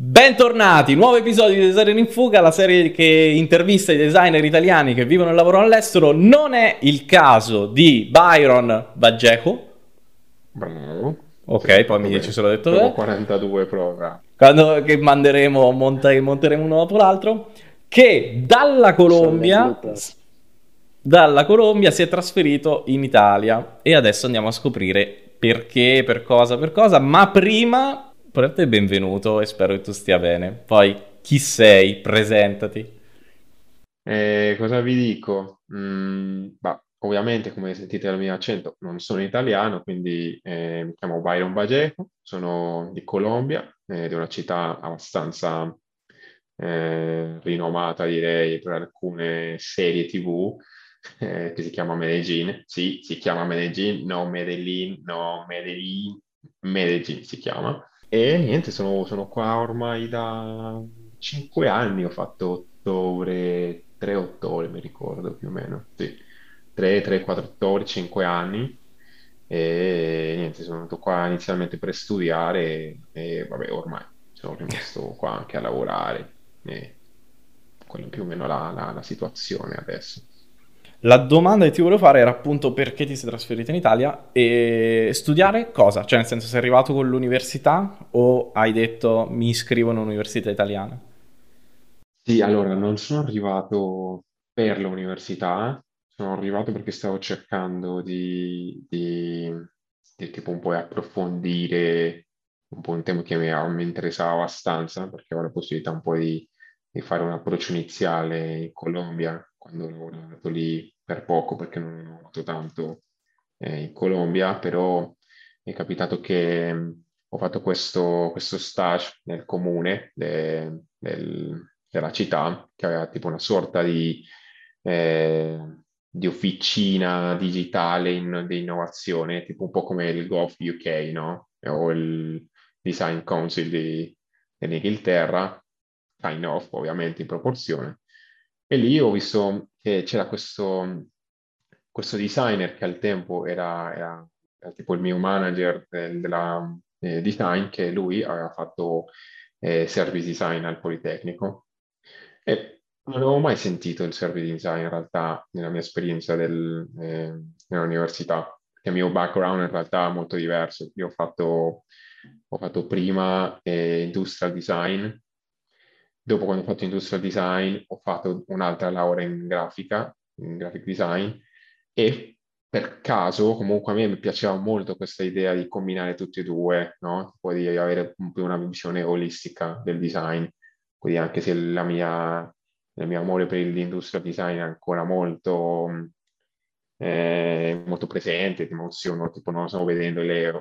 Bentornati, nuovo episodio di Designer in Fuga, la serie che intervista i designer italiani che vivono e lavorano all'estero. Non è il caso di Byron Baggeco. Bravo, sì, Ok, poi mi fatto dici bene. se l'ho detto Dopo bene. 42 prove, Quando che manderemo, monteremo uno dopo l'altro. Che Sono bloopers. dalla Colombia si è trasferito in Italia. E adesso andiamo a scoprire perché, per cosa. Ma prima, per te benvenuto e spero che tu stia bene. Poi, chi sei? Presentati. Cosa vi dico? Ovviamente, come sentite dal mio accento, non sono italiano, quindi mi chiamo Byron Bageco, sono di Colombia, di una città abbastanza rinomata, direi, per alcune serie TV, che si chiama Medellin. Sì, si chiama Medellin, no Medellin, no Medellin, Medellin si chiama. E niente, sono qua ormai da 5 anni, ho fatto ottobre, 3 ottobre mi ricordo più o meno, sì, 4 ottobre, 5 anni. E niente, sono venuto qua inizialmente per studiare e vabbè, ormai sono rimasto qua anche a lavorare. E quella è più o meno la situazione adesso. La domanda che ti volevo fare era appunto perché ti sei trasferito in Italia e studiare cosa? Cioè, nel senso, sei arrivato con l'università o hai detto mi iscrivo in un'università italiana? Sì, allora non sono arrivato per l'università, sono arrivato perché stavo cercando di tipo un po' approfondire un po' un tema che mi interessava abbastanza, perché avevo la possibilità un po' di fare un approccio iniziale in Colombia, quando ho lavorato lì per poco, perché non ho lavorato tanto in Colombia, però è capitato che ho fatto questo stage nel comune della città, che aveva tipo una sorta eh, di officina digitale di innovazione, tipo un po' come il Gov UK, no? O il Design Council dell'Inghilterra, kind of, ovviamente in proporzione. E lì ho visto che c'era questo designer che al tempo era tipo il mio manager della design, che lui aveva fatto service design al Politecnico. E non avevo mai sentito il service design in realtà nella mia esperienza nell'università, perché il mio background in realtà è molto diverso. Io ho fatto prima industrial design. Dopo, quando ho fatto industrial design, ho fatto un'altra laurea in grafica, in graphic design, e per caso, comunque a me mi piaceva molto questa idea di combinare tutti e due, no? Tipo di avere un po' una visione olistica del design. Quindi anche se il mio amore per l'industrial design è ancora molto presente, ti emoziono, tipo non so, vedendo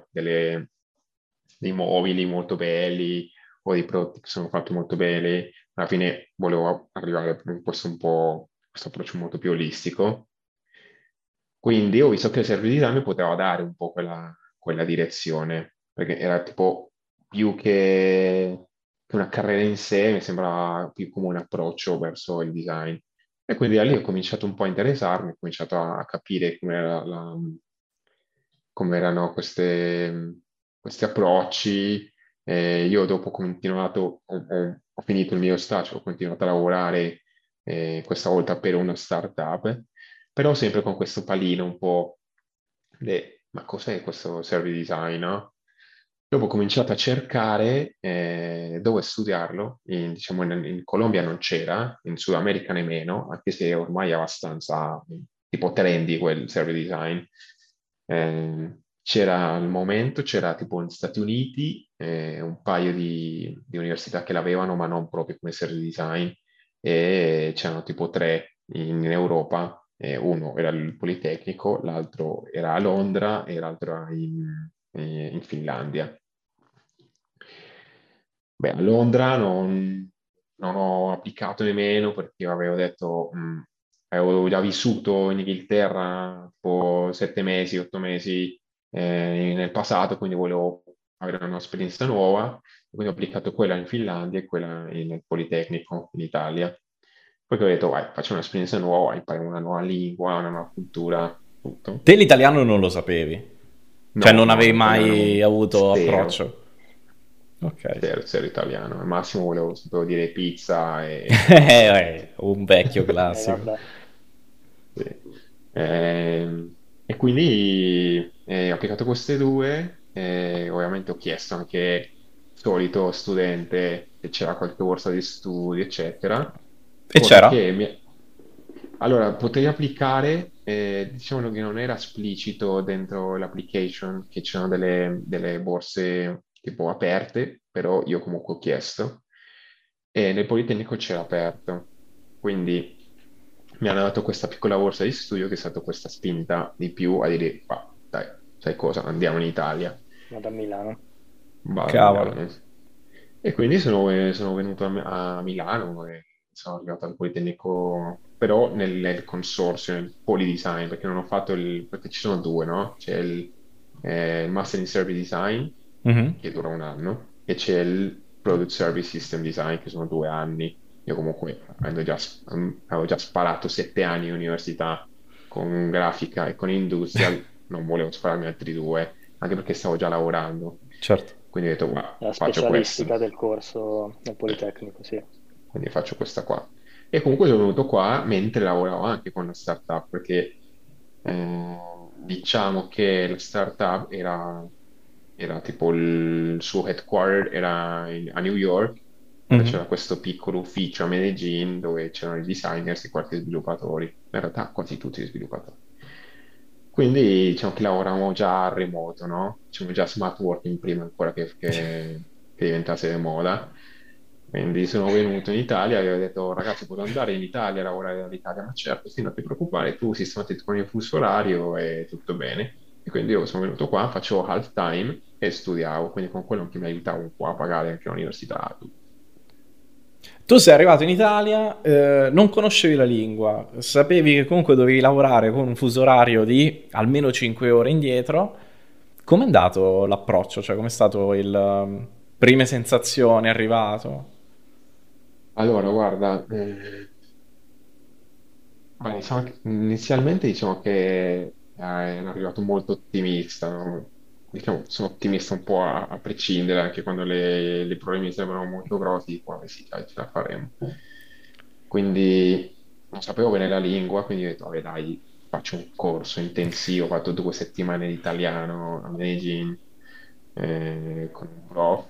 dei mobili molto belli o dei prodotti che sono fatti molto bene. Alla fine volevo arrivare a questo approccio molto più olistico. Quindi ho visto che il service design mi poteva dare un po' quella direzione, perché era tipo più che una carriera in sé, mi sembrava più come un approccio verso il design. E quindi da lì ho cominciato un po' a interessarmi, ho cominciato a capire come erano questi approcci. Io dopo ho continuato, ho finito il mio stage, ho continuato a lavorare questa volta per una startup, però sempre con questo palino un po' ma cos'è questo service design, no? Dopo ho cominciato a cercare dove studiarlo, diciamo in Colombia non c'era, in Sud America nemmeno, anche se ormai è abbastanza tipo trendy quel service design. C'era al momento, c'era tipo negli Stati Uniti un paio di università che l'avevano, ma non proprio come service design, e c'erano tipo tre in Europa. Uno era il Politecnico, l'altro era a Londra e l'altro era in Finlandia. Beh, a Londra non ho applicato nemmeno perché avevo detto, avevo già vissuto in Inghilterra tipo 7 mesi, 8 mesi nel passato, quindi volevo avere un'esperienza nuova. Quindi ho applicato quella in Finlandia e quella nel Politecnico in Italia. Poi ho detto, vai, faccio un'esperienza nuova, impariamo una nuova lingua, una nuova cultura, tutto. Te l'italiano non lo sapevi? Cioè No, non no, avevi l'italiano mai avuto zero. approccio? Ok. zero italiano. Al massimo volevo sapevo dire pizza e Un vecchio classico. Vabbè, sì. E quindi ho applicato queste due, e ovviamente ho chiesto anche solito studente se c'era qualche borsa di studio, eccetera, E cosa c'era? che allora potevi applicare, diciamo che non era esplicito dentro l'application che c'erano delle borse tipo aperte, però io comunque ho chiesto e nel Politecnico c'era aperto, quindi mi hanno dato questa piccola borsa di studio che è stata questa spinta di più a dire, "Ah, dai, sai cosa, andiamo in Italia, vado a Milano. vado a Cavolo. Milano." E quindi sono venuto a Milano e sono arrivato al Politecnico, però nel consorzio, nel Polidesign, perché non ho fatto perché ci sono due, no? C'è il Master in Service Design, Mhm. che dura un anno, e c'è il Product Service System Design, che sono 2 anni. Io comunque, avevo già sparato 7 anni in università con grafica e con industrial, non volevo spararmi altri 2, anche perché stavo già lavorando. Certo. Quindi ho detto, guarda, La faccio questo. specialistica del corso del Politecnico, sì. Quindi faccio questa qua. E comunque sono venuto qua mentre lavoravo anche con una startup, perché diciamo che la startup era tipo il suo headquarter era a New York, dove Mhm. c'era questo piccolo ufficio a Medellin dove c'erano i designers e qualche sviluppatori, in realtà quasi tutti gli sviluppatori. Quindi diciamo che lavoravamo già a remoto, no? Diciamo già smart working prima ancora che diventasse di moda. Quindi sono venuto in Italia e ho detto, ragazzi, posso andare in Italia a lavorare dall'Italia? Ma certo, sì, non ti preoccupare, tu sistemati con il fuso orario e tutto bene. E quindi io sono venuto qua, facevo half time e studiavo, quindi con quello che mi aiutava un po' a pagare anche l'università. Tutto. Tu sei arrivato in Italia, non conoscevi la lingua, sapevi che comunque dovevi lavorare con un fuso orario di almeno 5 ore indietro. Com'è andato l'approccio? Cioè, com'è stato il prime sensazioni arrivato? Allora, guarda, inizialmente diciamo che ero arrivato molto ottimista, no? Diciamo, sono ottimista un po' a prescindere, anche quando i problemi sembrano molto grossi, dico, vabbè sì, dai, ce la faremo. Quindi non sapevo bene la lingua, quindi ho detto, vabbè dai, faccio un corso intensivo, ho fatto 2 settimane di italiano a Medellin con un prof.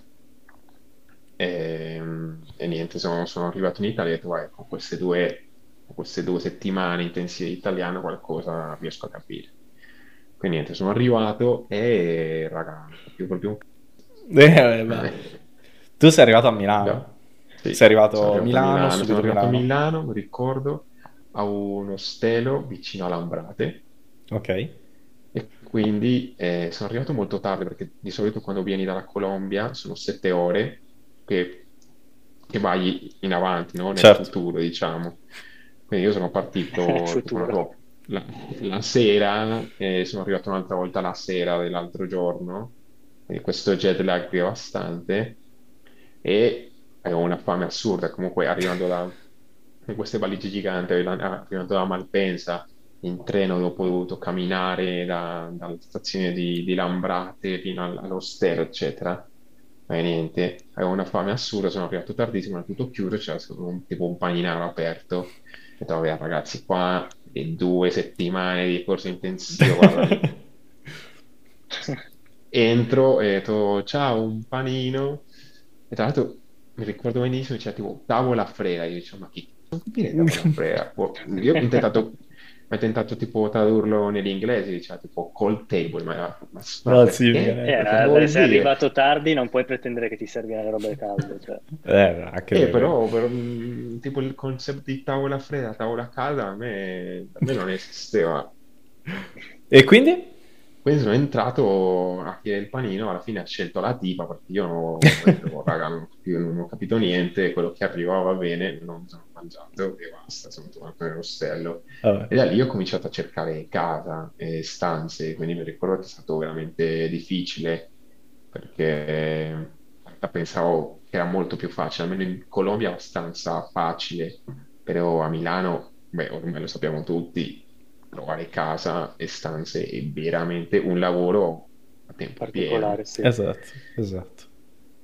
E niente, sono arrivato in Italia e ho detto, vai, con queste 2 settimane intensive di italiano qualcosa riesco a capire. Quindi niente, sono arrivato e, raga, non capivo proprio. Ma Eh, tu sei arrivato a Milano? già, Sei sì, sono arrivato a arrivato a Milano, Milano. Sono subito a arrivato a Milano? Milano, mi ricordo, a un ostello vicino a Lambrate. Ok. E quindi sono arrivato molto tardi perché di solito quando vieni dalla Colombia sono 7 ore che vai in avanti, no? Nel Certo. futuro, diciamo. Quindi io sono partito tipo, non Futuro. so, la sera e sono arrivato un'altra volta la sera dell'altro giorno. Quindi questo jet lag devastante e avevo una fame assurda. Comunque arrivando con queste valigie giganti, arrivando da Malpensa in treno, dopo ho dovuto camminare dalla stazione di Lambrate fino all'ostello, eccetera. Ma niente, avevo una fame assurda, sono arrivato tardissimo, era tutto chiuso, c'era solo tipo un paninaro aperto. Ho detto, vabbè, ragazzi, qua le 2 settimane di corso intensivo, guarda lì. Entro e ho detto, ciao, un panino. E tra l'altro mi ricordo benissimo, c'era tipo tavola fredda. Io dicevo, ma chi non viene tavola fredda? Boh, io ho tentato tipo tradurlo nell'inglese, diceva tipo cold table, ma No, sì, perché? viene. Cosa Beh, vuol sei dire? arrivato tardi, non puoi pretendere che ti serviano le robe calde, cioè. Anche vero. Però tipo il concetto di tavola fredda, tavola calda, a me non esisteva. E quindi? Quindi sono entrato a chiedere il panino, alla fine ha scelto la tipa perché io ho detto, "Oh, raga, non ho capito niente, quello che arrivava va bene, non mi sono mangiato e basta, sono tornato nell'ostello." Vabbè. E da lì ho cominciato a cercare casa e stanze, quindi mi ricordo che è stato veramente difficile perché in realtà pensavo che era molto più facile, almeno in Colombia è abbastanza facile, però a Milano, beh, ormai lo sappiamo tutti, trovare casa e stanze è veramente un lavoro a tempo pieno. Particolare, sì. Esatto, esatto.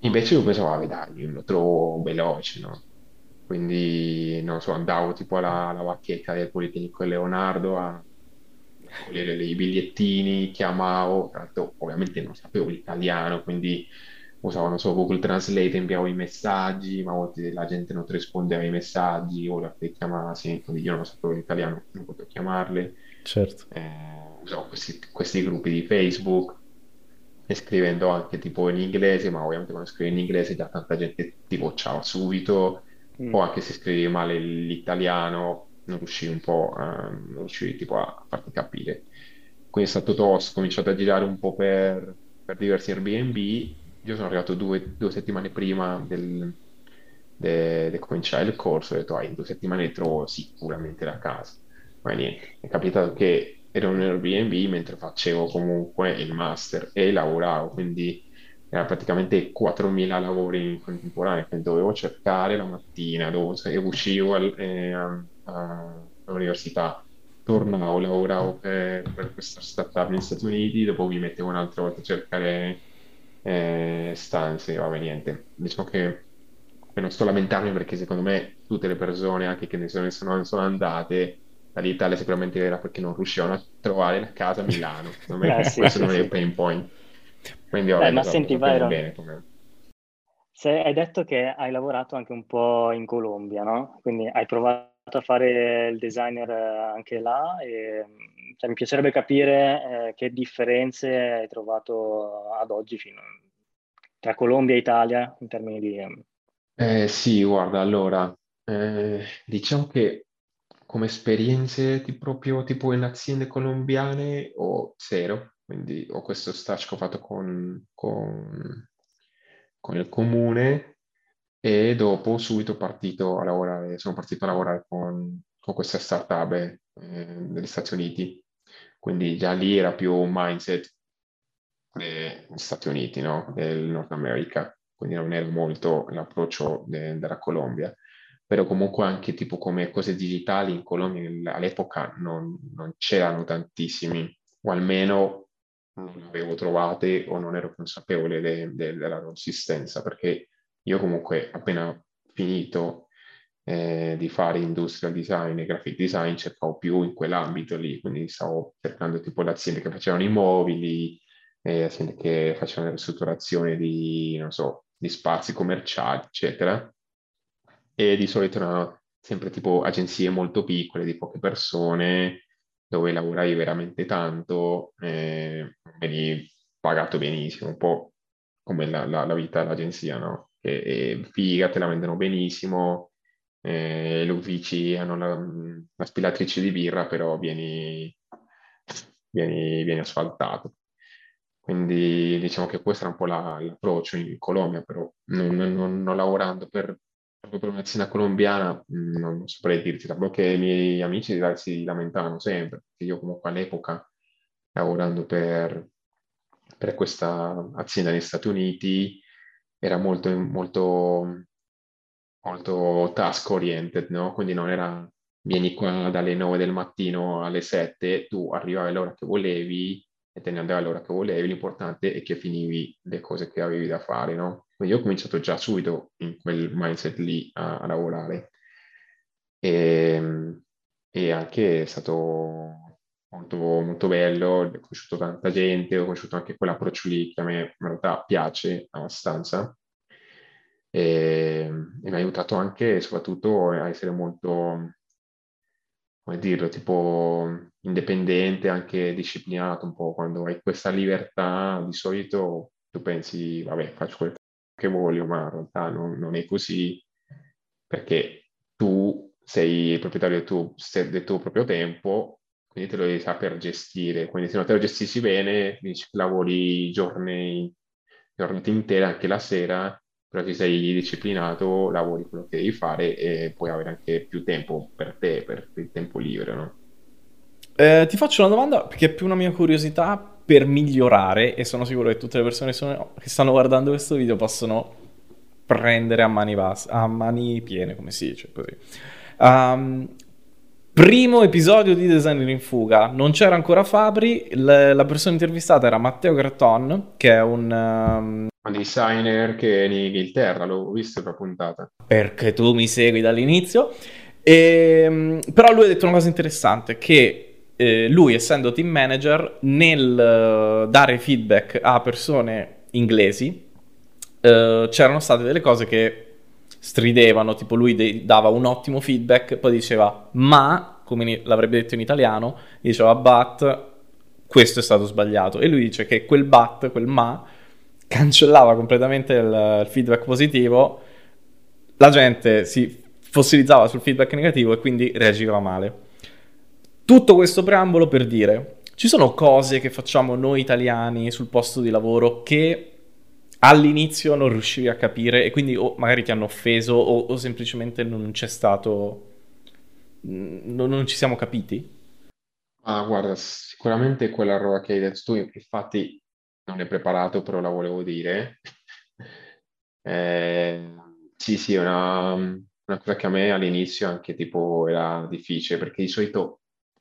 Invece io pensavo, vabbè, dai, lo trovo veloce, no? Quindi, non so, andavo tipo alla vacchetta del Politecnico di Leonardo a raccogliere i bigliettini, chiamavo, tra l'altro ovviamente non sapevo l'italiano, quindi usavo, non so, Google Translate, inviavo i messaggi, ma a volte la gente non ti rispondeva ai messaggi, ora che chiamassi, quindi io non sapevo l'italiano, non potevo chiamarle. Certo. Usavo questi gruppi di Facebook e scrivendo anche tipo in inglese, ma ovviamente quando scrivi in inglese già tanta gente ti bocciava subito, o Mm. anche se scrivi male l'italiano non riuscivi un po', non riuscivi tipo a farti capire. Quindi è stato tosto, ho cominciato a girare un po' per diversi Airbnb. Io sono arrivato 2 settimane prima di cominciare il corso, ho detto, in 2 settimane trovo sicuramente la casa. Ma niente, è capitato che ero in un Airbnb mentre facevo comunque il master e lavoravo, quindi erano praticamente 4.000 lavori in contemporanea, quindi dovevo cercare la mattina, e uscivo all'università, tornavo, lavoravo per questa startup negli Stati Uniti, dopo mi mettevo un'altra volta a cercare stanze, vabbè niente, diciamo che non sto lamentandomi perché secondo me tutte le persone, anche che ne sono andate dall'Italia, sicuramente era perché non riuscivano a trovare la casa a Milano. Secondo me Sì, questo sì, non è il sì. pain point. Quindi vabbè, Beh, lo, ma sa- lo senti, sappiamo Byron, bene come. hai detto che hai lavorato anche un po' in Colombia, no? Quindi hai provato a fare il designer anche là e cioè, mi piacerebbe capire che differenze hai trovato ad oggi tra Colombia e Italia in termini di... Sì, guarda, allora, diciamo che come esperienze proprio tipo in aziende colombiane ho zero, quindi ho questo stage che ho fatto con il comune e dopo subito sono partito a lavorare con questa startup degli Stati Uniti, quindi già lì era più un mindset degli Stati Uniti, no? Del Nord America, quindi non era molto l'approccio della Colombia, però comunque anche tipo come cose digitali in Colombia all'epoca non c'erano tantissimi, o almeno non le avevo trovate o non ero consapevole della loro esistenza, perché io comunque appena finito di fare industrial design e graphic design cercavo più in quell'ambito lì, quindi stavo cercando tipo le aziende che facevano i mobili, aziende che facevano la ristrutturazione di, non so, di spazi commerciali, eccetera. E di solito erano sempre tipo agenzie molto piccole, di poche persone, dove lavoravi veramente tanto, venivi pagato benissimo, un po' come la vita dell'agenzia, no? Che è figa, te la vendono benissimo, gli uffici hanno la spilatrice di birra, però vieni asfaltato. Quindi diciamo che questo era un po' l'approccio in Colombia, però non lavorando proprio per un'azienda colombiana, non saprei dirti, da quello che i miei amici si lamentavano sempre, perché io comunque all'epoca, lavorando per questa azienda negli Stati Uniti, era molto, molto, molto task oriented, no? Quindi non era vieni qua dalle 9 del mattino alle 7, tu arrivavi all'ora che volevi e te ne andavi all'ora che volevi, l'importante è che finivi le cose che avevi da fare, no? Quindi io ho cominciato già subito in quel mindset lì a lavorare e, e anche è stato molto, molto bello, ho conosciuto tanta gente, ho conosciuto anche quell'approccio lì che a me in realtà piace abbastanza e mi ha aiutato anche soprattutto a essere molto, come dirlo, tipo indipendente, anche disciplinato un po'. Quando hai questa libertà, di solito tu pensi, vabbè, faccio quel che voglio, ma in realtà non è così, perché tu sei il proprietario del tuo proprio tempo, quindi te lo devi saper gestire. Quindi se non te lo gestisci bene, finisci che lavori giornate intere, anche la sera, però se sei disciplinato, lavori quello che devi fare e puoi avere anche più tempo per te, per il tempo libero, no? Ti faccio una domanda perché è più una mia curiosità per migliorare e sono sicuro che tutte le persone che stanno guardando questo video possono prendere a mani piene, come si dice così. Um, Primo episodio di Designer in Fuga, non c'era ancora Fabri, la persona intervistata era Matteo Gratton, che è un ma designer che in Inghilterra, l'ho visto per puntata. Perché tu mi segui dall'inizio. Però lui ha detto una cosa interessante, che lui, essendo team manager, nel dare feedback a persone inglesi, c'erano state delle cose che stridevano, tipo lui dava un ottimo feedback, poi diceva ma, come l'avrebbe detto in italiano, diceva but, questo è stato sbagliato. E lui dice che quel but, quel ma, cancellava completamente il feedback positivo, la gente si fossilizzava sul feedback negativo e quindi reagiva male. Tutto questo preambolo per dire, ci sono cose che facciamo noi italiani sul posto di lavoro che all'inizio non riuscivi a capire e quindi o magari ti hanno offeso o semplicemente non c'è stato, non ci siamo capiti? Ah, guarda, sicuramente quella roba che hai detto tu, infatti non è preparato, però la volevo dire. Eh, sì, sì, è una cosa che a me all'inizio anche tipo era difficile, perché di solito,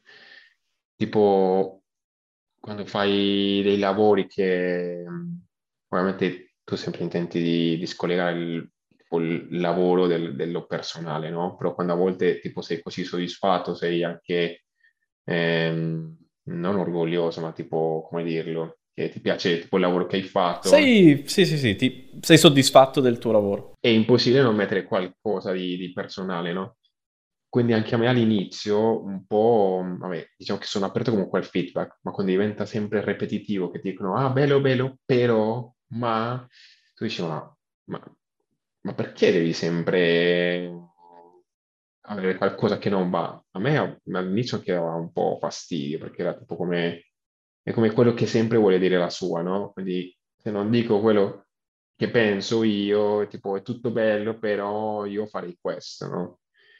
tipo, quando fai dei lavori che ovviamente tu sempre intenti di scollegare tipo, il lavoro dello personale, no? Però quando a volte tipo sei così soddisfatto, sei anche non orgoglioso, ma tipo, come dirlo, che ti piace tipo il lavoro che hai fatto, Sei, sì, sì, sì, sei soddisfatto del tuo lavoro. è impossibile non mettere qualcosa di personale, no? Quindi anche a me all'inizio un po', vabbè, diciamo che sono aperto comunque al feedback, ma quando diventa sempre ripetitivo, che ti dicono, ah, bello, bello, però, ma, tu dici, ma, ma perché devi sempre avere qualcosa che non va? A me all'inizio anche dava un po' fastidio, perché era tipo come, è come quello che sempre vuole dire la sua, no? Quindi se non dico quello che penso io, tipo, è tutto bello, però io farei questo, no?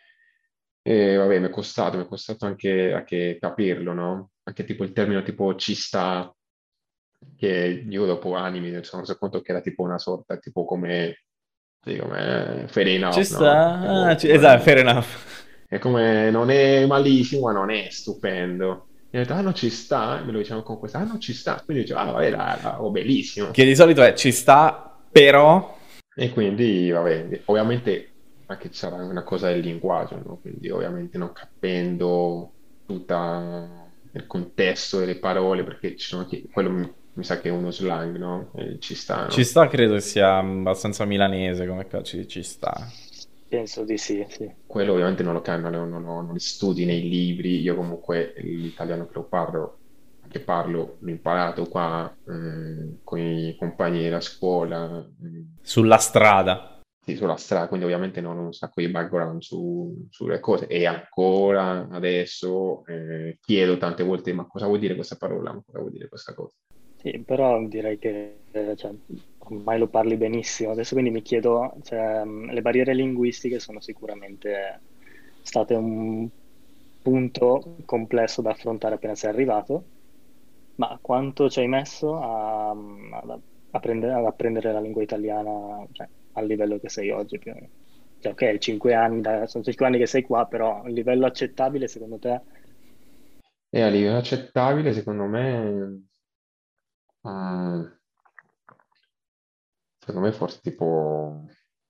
E vabbè, mi è costato anche capirlo, no? Anche tipo il termine tipo ci sta, che io dopo anni mi sono reso conto che era tipo una sorta, tipo come, sì, come fair Ci enough, no? sta, Tipo, esatto, fair enough. è come non è malissimo, ma non è stupendo. E ho detto, ah, non ci sta, e me lo dicevano con questa, ah, non ci sta. Quindi dicevo, ah, vabbè, oh, bellissimo. Che di solito è ci sta, però E quindi, vabbè, ovviamente anche sarà una cosa del linguaggio, no? Quindi ovviamente non capendo tutto il contesto delle parole, perché ci sono quello mi sa che è uno slang, no? E ci sta, ci no? sta credo sia abbastanza milanese come ci sta. Penso di sì, sì. Quello ovviamente non lo cambiano, non li studi nei libri, io comunque l'italiano che lo parlo, che parlo, l'ho imparato qua con i compagni della scuola, Sulla strada. sì, sulla strada, quindi ovviamente non ho un sacco di background sulle cose e ancora adesso chiedo tante volte ma cosa vuol dire questa parola, ma cosa vuol dire questa cosa? Sì, però direi che cioè, ormai lo parli benissimo. Adesso quindi mi chiedo, cioè, le barriere linguistiche sono sicuramente state un punto complesso da affrontare appena sei arrivato, ma quanto ci hai messo ad apprendere la lingua italiana, cioè, al livello che sei oggi più o meno? Cioè, ok, 5 anni, sono 5 anni che sei qua, però un livello accettabile secondo te? E a livello accettabile, mm, secondo me forse tipo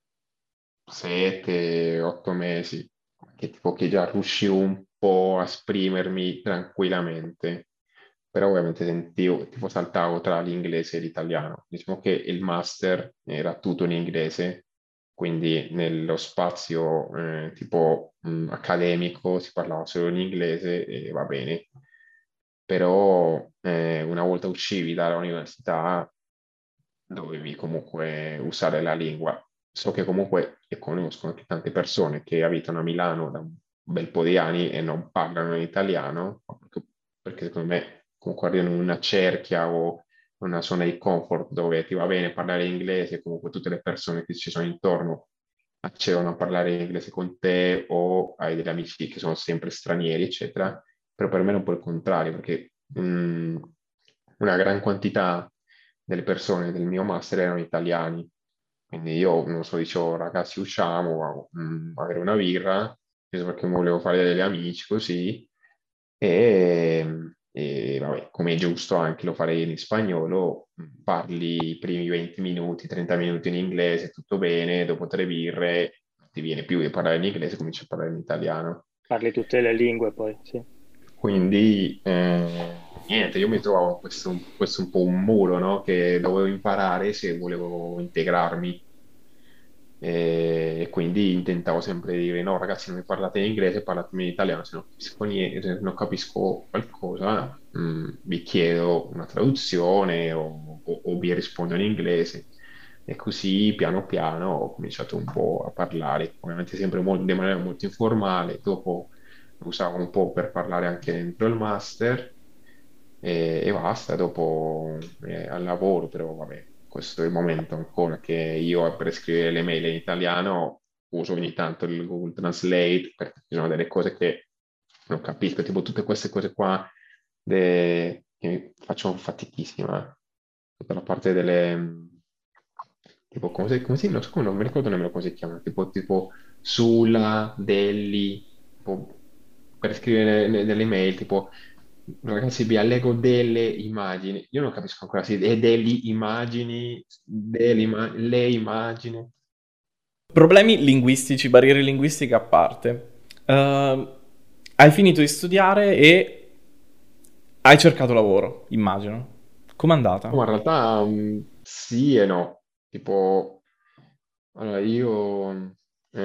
7, 8 mesi, che tipo che già riuscì un po' a esprimermi tranquillamente, però ovviamente sentivo, tipo saltavo tra l'inglese e l'italiano. Diciamo che il master era tutto in inglese, quindi nello spazio tipo accademico si parlava solo in inglese e va bene, però una volta uscivi dall'università dovevi comunque usare la lingua. So che comunque e conosco anche tante persone che abitano a Milano da un bel po' di anni e non parlano in italiano, perché secondo me comunque arrivano in una cerchia o una zona di comfort dove ti va bene parlare inglese, comunque tutte le persone che ci sono intorno accedono a parlare inglese con te o hai degli amici che sono sempre stranieri, eccetera. Però per me è un po' il contrario, perché una gran quantità delle persone del mio master erano italiani. Quindi io non so, dicevo, ragazzi, usciamo a avere una birra, preso perché volevo fare degli amici così, e e vabbè, come è giusto anche lo farei in spagnolo, parli i primi 20 minuti, 30 minuti in inglese, tutto bene, dopo 3 birre non ti viene più di parlare in inglese, cominci a parlare in italiano. Parli tutte le lingue poi, sì. Quindi, niente, io mi trovavo questo un po' un muro, no? Che dovevo imparare se volevo integrarmi. E quindi intentavo sempre di dire: no, ragazzi, non mi parlate in inglese, parlatemi in italiano, se non capisco niente, se non capisco qualcosa, vi chiedo una traduzione o vi rispondo in inglese. E così piano piano ho cominciato un po' a parlare, ovviamente sempre di maniera molto informale. Dopo lo usavo un po' per parlare anche dentro il master e basta. Dopo al lavoro, però vabbè, questo è il momento ancora che io per scrivere le mail in italiano uso ogni tanto il Google Translate perché ci sono delle cose che non capisco, tipo tutte queste cose qua che mi faccio fatichissima, tutta la parte delle, tipo non so non mi ricordo nemmeno come si chiama, tipo sulla, delli, tipo, per scrivere delle mail, tipo ragazzi vi allego delle immagini, io non capisco ancora se è delle immagini, le immagini. Problemi linguistici, barriere linguistiche a parte. Hai finito di studiare e hai cercato lavoro, immagino. Com'è Ma andata? in realtà sì e no, tipo, allora io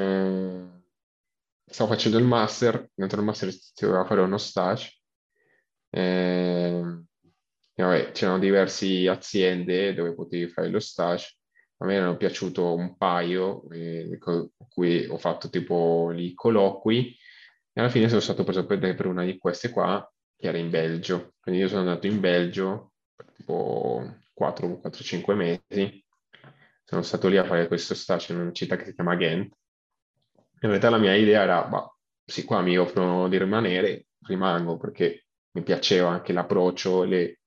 stavo facendo il master, dentro il master si doveva fare uno stage, e vabbè, c'erano diverse aziende dove potevi fare lo stage, a me erano piaciuto un paio, con cui ho fatto tipo i colloqui, e alla fine sono stato preso per una di queste qua, che era in Belgio, quindi io sono andato in Belgio per tipo 4-5 mesi, sono stato lì a fare questo stage in una città che si chiama Ghent. In realtà la mia idea era, bah, sì, qua mi offrono di rimanere, rimango perché mi piaceva anche l'approccio,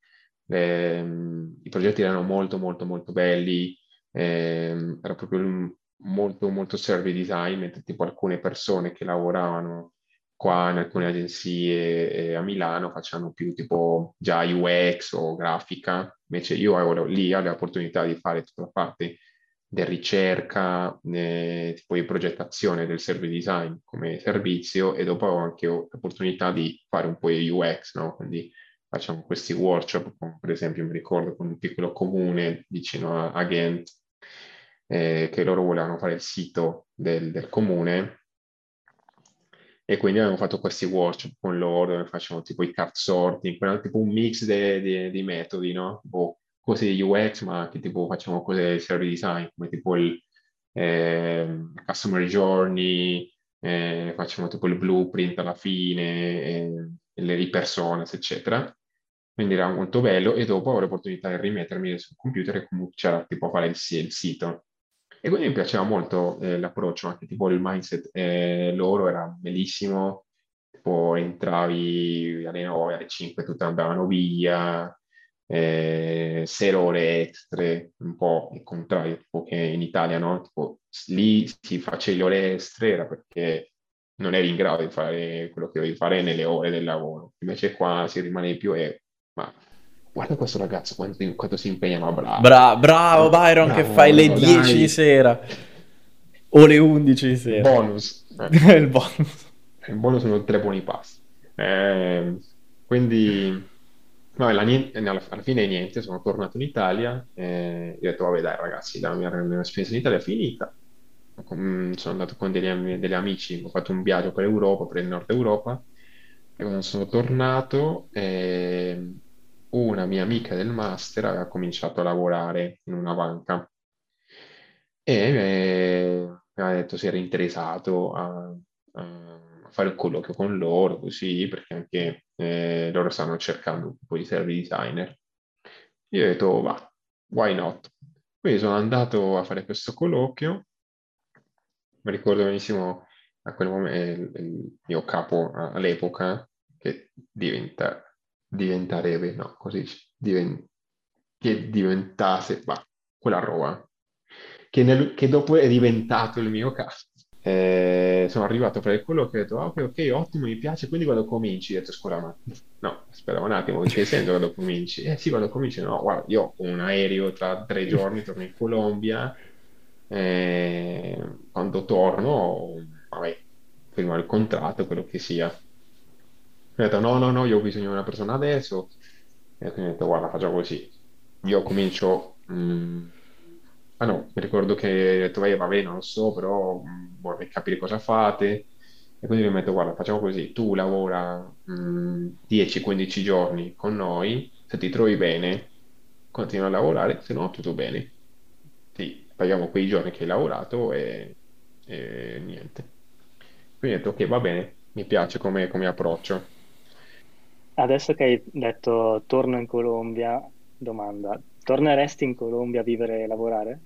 i progetti erano molto molto molto belli, era proprio molto molto survey design, mentre tipo alcune persone che lavoravano qua in alcune agenzie a Milano facevano più tipo già UX o grafica, invece io avevo lì avevo l'opportunità di fare tutta la parte di ricerca, tipo di progettazione del service design come servizio e dopo avevo anche l'opportunità di fare un po' di UX, no? Quindi facciamo questi workshop, per esempio mi ricordo con un piccolo comune vicino a Ghent, che loro volevano fare il sito del comune e quindi abbiamo fatto questi workshop con loro dove facciamo tipo i card sorting, però tipo un mix di metodi, no? Tipo cose di UX, ma anche tipo facciamo cose di service design, come tipo il customer journey, facciamo tipo il blueprint alla fine, le personas, eccetera. Quindi era molto bello e dopo avrò l'opportunità di rimettermi sul computer e cominciare tipo a fare il sito. E quindi mi piaceva molto l'approccio, anche tipo il mindset loro era bellissimo, tipo entravi alle 9, alle 5, tutti andavano via, 6 ore extre, un po' il contrario, tipo che in Italia, no? Tipo, lì si faceva le ore extre era perché non eri in grado di fare quello che dovevi fare nelle ore del lavoro, invece qua si rimane più e ma guarda questo ragazzo quanto si impegna, ma bravo. Bravo Byron che fai le Bravo, 10 di dai, sera o le 11 di il sera. bonus. Il bonus. Il bonus sono 3 buoni pass. Quindi, vabbè, alla fine niente, sono tornato in Italia e ho detto, vabbè dai ragazzi, la mia esperienza in Italia è finita. Sono andato con degli amici, ho fatto un viaggio per Europa, per il Nord Europa, e quando sono tornato, una mia amica del master aveva cominciato a lavorare in una banca e mi ha detto se era interessato a fare un colloquio con loro, così, perché anche loro stanno cercando un po' di service designer. Io ho detto, va, why not? Quindi sono andato a fare questo colloquio, mi ricordo benissimo a quel momento il mio capo all'epoca, che diventerebbe, no, così, che diventasse, bah, quella roba, che dopo è diventato il mio capo. Sono arrivato a fare quello che ho detto, "Ah, ok, ok, ottimo, mi piace, quindi quando cominci?" Ho detto, scusa, ma no, aspetta un attimo, in che senso quando cominci? Eh sì, quando cominci, no, guarda, io ho un aereo tra 3 giorni, torno in Colombia, quando torno, vabbè, firmo il contratto, quello che sia. Mi ha detto, no, no, no, io ho bisogno di una persona adesso, e quindi ho detto, guarda, facciamo così. Io comincio, ah no, mi ricordo che ho detto, vabbè, non lo so, però vorrei capire cosa fate. E quindi mi metto, guarda, facciamo così, tu lavora 10-15 giorni con noi, se ti trovi bene, continua a lavorare, se no tutto bene. Ti paghiamo quei giorni che hai lavorato e niente. Quindi ho detto, ok, va bene, mi piace come approccio. Adesso che hai detto torno in Colombia, domanda, torneresti in Colombia a vivere e lavorare?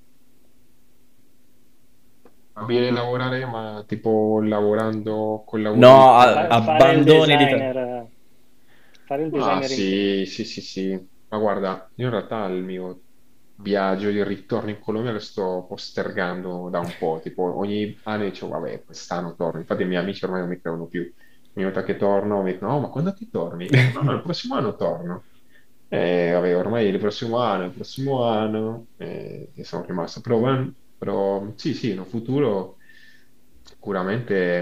Va bene lavorare, ma tipo lavorando col lavoro No, d'Italia. Fare il abbandoni l'Italia. designer, fare il Ah, designer in... sì, sì, sì, sì. Ma guarda, io in realtà il mio viaggio di ritorno in Colombia lo sto postergando da un po'. Tipo, ogni anno dicevo, vabbè, quest'anno torno. Infatti i miei amici ormai non mi credono più. Ogni volta che torno mi dicono, no, ma quando ti torni? E dico, no, no, il prossimo anno torno. E vabbè, ormai il prossimo anno, e sono rimasto. Però sì, sì, in un futuro sicuramente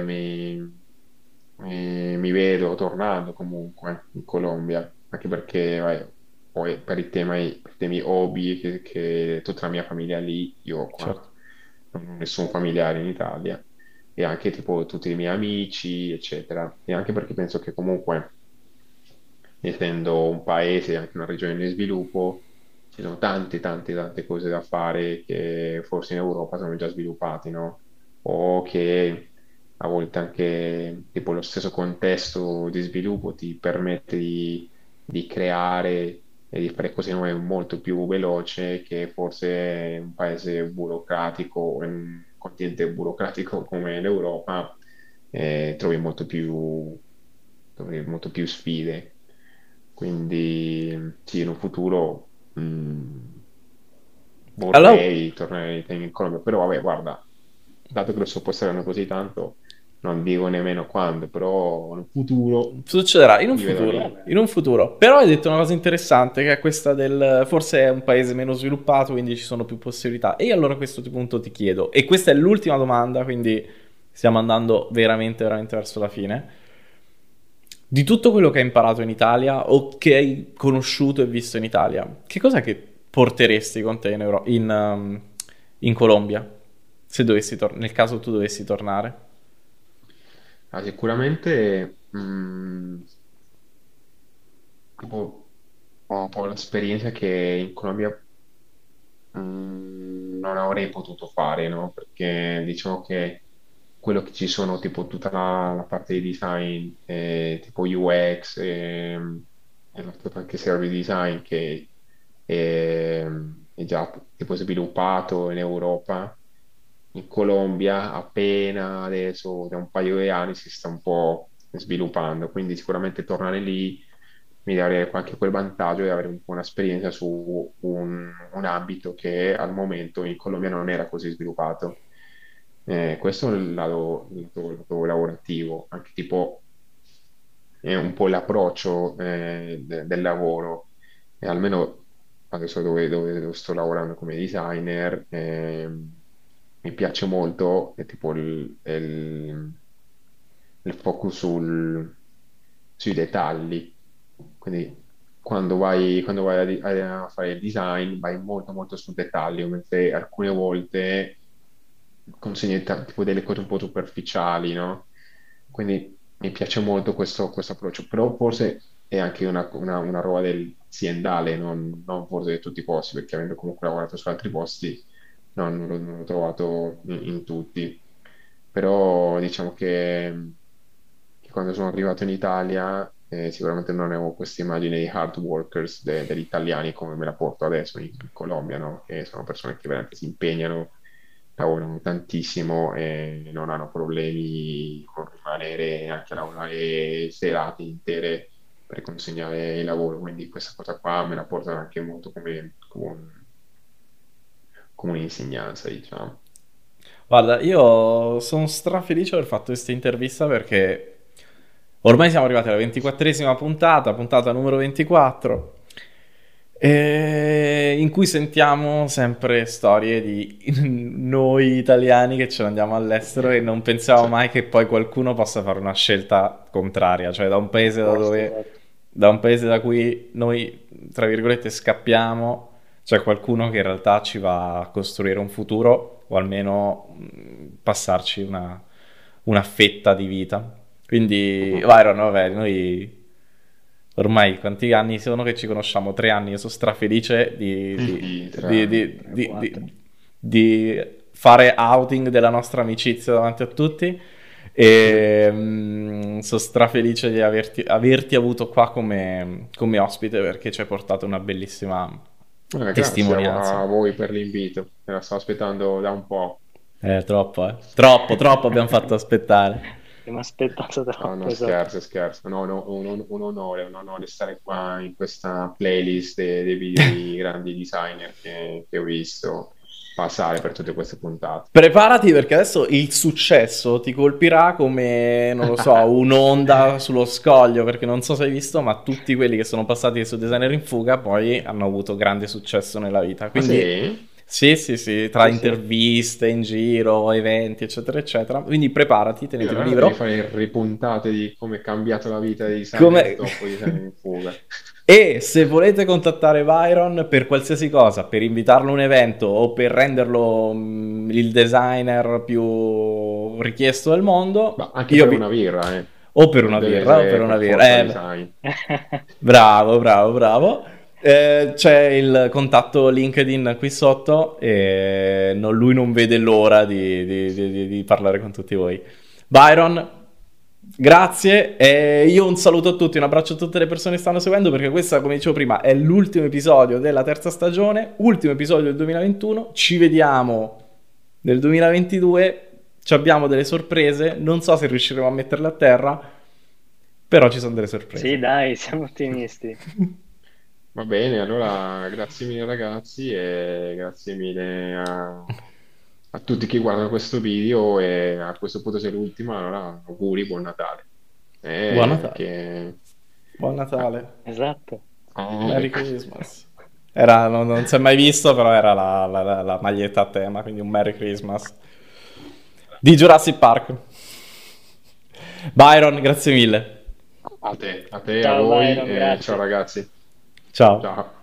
mi vedo tornando comunque in Colombia, anche perché poi per per i temi hobby che tutta la mia famiglia è lì, io qua Certo. non ho nessun familiare in Italia, e anche tipo tutti i miei amici, eccetera. E anche perché penso che comunque, essendo un paese, anche una regione in sviluppo, ci sono tante, tante, tante cose da fare che forse in Europa sono già sviluppati, no? O che a volte anche tipo lo stesso contesto di sviluppo ti permette di creare e di fare cose nuove molto più veloce che forse un paese burocratico o in un continente burocratico come l'Europa, trovi molto più sfide. Quindi sì, in un futuro Allora, vorrei tornare in Colombia, però vabbè, guarda, dato che lo sto postergando così tanto, non dico nemmeno quando, però in futuro succederà in un mi vedo futuro, lì. Vabbè, in un futuro. Però hai detto una cosa interessante, che è questa del... Forse è un paese meno sviluppato, quindi ci sono più possibilità. E allora a questo punto ti chiedo, e questa è l'ultima domanda, quindi stiamo andando veramente, veramente verso la fine. Di tutto quello che hai imparato in Italia o che hai conosciuto e visto in Italia, che cos'è che porteresti con te in Colombia? Se dovessi nel caso tu dovessi tornare. Sicuramente tipo, ho un po' l'esperienza che in Colombia non avrei potuto fare, no? Perché diciamo che quello che ci sono, tipo tutta la parte di design, tipo UX, e anche service design che è, è già tipo sviluppato in Europa, in Colombia appena adesso da un paio di anni si sta un po' sviluppando, quindi sicuramente tornare lì mi darebbe anche quel vantaggio di avere un po' un'esperienza su un ambito che al momento in Colombia non era così sviluppato. Questo è il lato lavorativo, anche tipo un po' l'approccio del lavoro. E almeno adesso dove sto lavorando come designer, mi piace molto tipo il focus sui dettagli. Quindi quando vai a fare il design vai molto molto sul dettaglio, mentre alcune volte consegni tipo delle cose un po' superficiali, no? Quindi mi piace molto questo approccio, però forse è anche una roba aziendale, non forse di tutti i posti, perché avendo comunque lavorato su altri posti, non l'ho trovato in tutti. Però diciamo che quando sono arrivato in Italia, sicuramente non avevo questa immagine di hard workers degli italiani come me la porto adesso in Colombia, no? Che sono persone che veramente si impegnano, lavorano tantissimo e non hanno problemi con rimanere anche a lavorare serate intere per consegnare il lavoro. Quindi questa cosa qua me la portano anche molto come un'insegnanza, diciamo. Guarda, io sono strafelice di aver fatto questa intervista perché ormai siamo arrivati alla 24esima puntata, puntata numero 24, in cui sentiamo sempre storie di noi italiani che ce ne andiamo all'estero e non pensavo Sì. mai che poi qualcuno possa fare una scelta contraria, cioè da un paese Esatto. da un paese da cui noi, tra virgolette, scappiamo, c'è qualcuno che in realtà ci va a costruire un futuro o almeno passarci una fetta di vita. Quindi, Mhm. Byron, vabbè, noi ormai quanti anni sono che ci conosciamo? 3 anni. Io sono strafelice Sì, 3 anni. Quattro. di fare outing della nostra amicizia davanti a tutti. E sono strafelice di averti avuto qua come ospite perché ci hai portato una bellissima Grazie a testimonianza. voi per l'invito, me la sto aspettando da un po'. Troppo, eh. Troppo, troppo abbiamo fatto aspettare. Abbiamo aspettato No, troppo, non esatto. scherzo, scherzo. No, no, un onore stare qua in questa playlist dei video di grandi designer che ho visto passare per tutte queste puntate. Preparati perché adesso il successo ti colpirà come, non lo so, un'onda sullo scoglio, perché non so se hai visto, ma tutti quelli che sono passati su Designer in Fuga poi hanno avuto grande successo nella vita. Ah Quindi sì? sì, sì, sì, tra Sì, sì. interviste in giro, eventi, eccetera, eccetera. Quindi preparati, Io tenete un allora devi libro. fare ripuntate di come è cambiato la vita dei designer Come... dopo i designer in fuga. E se volete contattare Byron per qualsiasi cosa, per invitarlo a un evento o per renderlo il designer più richiesto del Ma mondo, anche per una birra, o per non una deve birra, o per essere una per birra. forza design. Bravo, bravo, bravo. C'è il contatto LinkedIn qui sotto e lui non vede l'ora di parlare con tutti voi. Byron, grazie. E io un saluto a tutti, un abbraccio a tutte le persone che stanno seguendo perché questa, come dicevo prima, è l'ultimo episodio della terza stagione, ultimo episodio del 2021. Ci vediamo nel 2022. Ci abbiamo delle sorprese, non so se riusciremo a metterle a terra, però ci sono delle Sì, sorprese. dai, siamo ottimisti. Va bene, allora grazie mille ragazzi e grazie mille a tutti che guardano questo video e a questo punto se è l'ultima, allora auguri, buon Natale. Buon E Natale. che... Buon ah, Natale. Esatto. Merry ecco. Christmas. Non si è mai visto, però era la maglietta a tema, quindi un Merry Christmas. Di Jurassic Park. Byron, grazie mille. A te, a Ciao voi Byron, e ciao grazie. ragazzi. Ciao. Ciao.